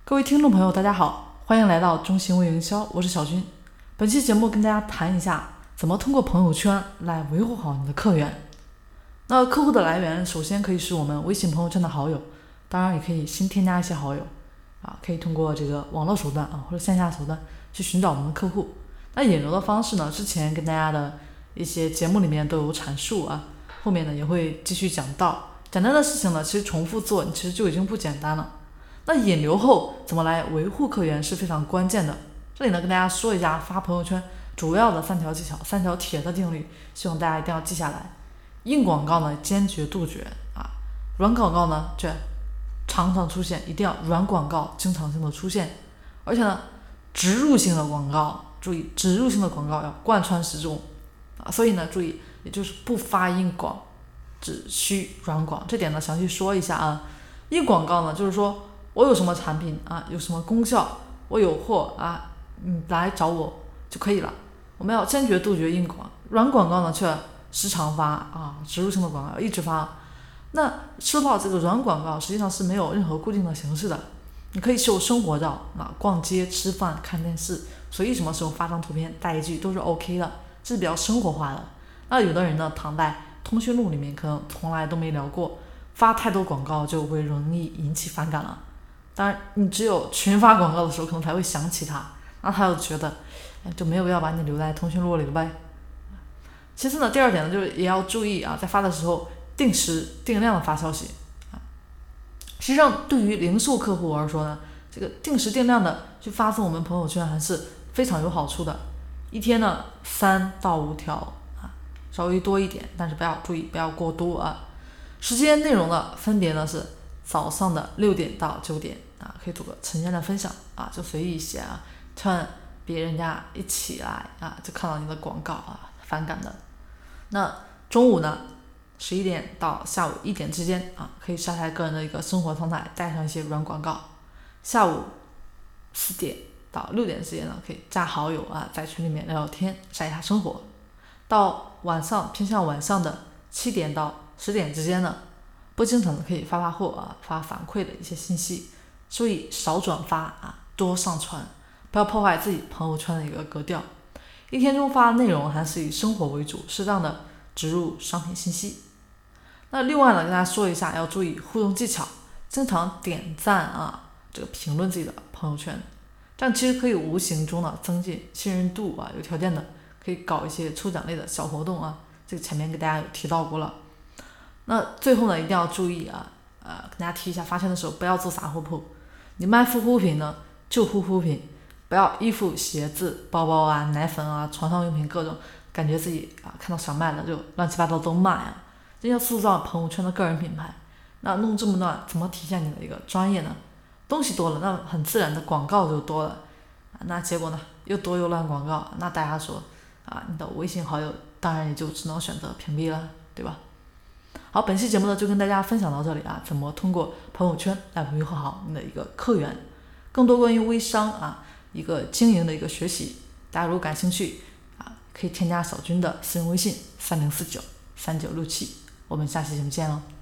各位听众朋友，大家好，欢迎来到中行微营销，我是小军。本期节目跟大家谈一下，怎么通过朋友圈来维护好你的客源。那客户的来源，首先可以是我们微信朋友圈的好友，当然也可以新添加一些好友可以通过这个网络手段或者线下手段去寻找我们的客户。那引流的方式呢，之前跟大家的一些节目里面都有阐述后面呢也会继续讲到。简单的事情呢，其实重复做，其实就已经不简单了。那引流后怎么来维护客源是非常关键的。这里呢跟大家说一下发朋友圈主要的3条技巧，3条铁的定律，希望大家一定要记下来。硬广告呢坚决杜绝软广告呢却常常出现，一定要软广告经常性的出现。而且呢植入性的广告，注意植入性的广告要贯穿始终所以呢注意，也就是不发硬广，只需软广。这点呢详细说一下硬广告呢就是说我有什么产品有什么功效，我有货你来找我就可以了。我们要坚决杜绝硬广。软广告呢却时常发植入性的广告一直发。那说到这个软广告，实际上是没有任何固定的形式的。你可以秀生活照逛街、吃饭、看电视，随意什么时候发张图片带一句都是 OK 的，这是比较生活化的。那有的人呢躺在通讯录里面，可能从来都没聊过，发太多广告就会容易引起反感了。当然你只有群发广告的时候可能才会想起他，那他就觉得就没有必要把你留在通讯录里了呗。其次呢，第二点呢就是也要注意在发的时候定时定量的发消息实际上对于零售客户而说呢，这个定时定量的去发送我们朋友圈还是非常有好处的。一天呢3到5条稍微多一点，但是注意不要过多时间内容呢分别呢是早上的6点到9点可以做个晨间的分享就随意一些趁别人家一起来就看到你的广告反感的。那中午呢11点到下午1点之间可以晒晒个人的一个生活状态，带上一些软广告。下午4点到6点之间呢，可以加好友在群里面聊聊天，晒一下生活。到晚上偏向晚上的7点到10点之间呢，不经常的可以发货发反馈的一些信息。注意少转发多上传，不要破坏自己朋友圈的一个格调。一天中发内容还是以生活为主，适当的植入商品信息。那另外呢跟大家说一下，要注意互动技巧，经常点赞这个评论自己的朋友圈，这样其实可以无形中的增进信任度有条件的可以搞一些抽奖类的小活动这个前面给大家有提到过了。那最后呢一定要注意跟大家提一下，发钱的时候不要做杂货铺，你卖护肤品呢就护肤品，不要衣服、鞋子、包包奶粉床上用品各种，感觉自己看到想卖的就乱七八糟都卖这要塑造朋友圈的个人品牌。那弄这么乱怎么体现你的一个专业呢？东西多了，那很自然的广告就多了那结果呢又多又乱广告，那大家说你的微信好友当然也就只能选择屏蔽了，对吧？好，本期节目呢就跟大家分享到这里怎么通过朋友圈来维护好你的一个客源。更多关于微商一个经营的一个学习，大家如果感兴趣可以添加小军的私人微信30493967，我们下期节目见了。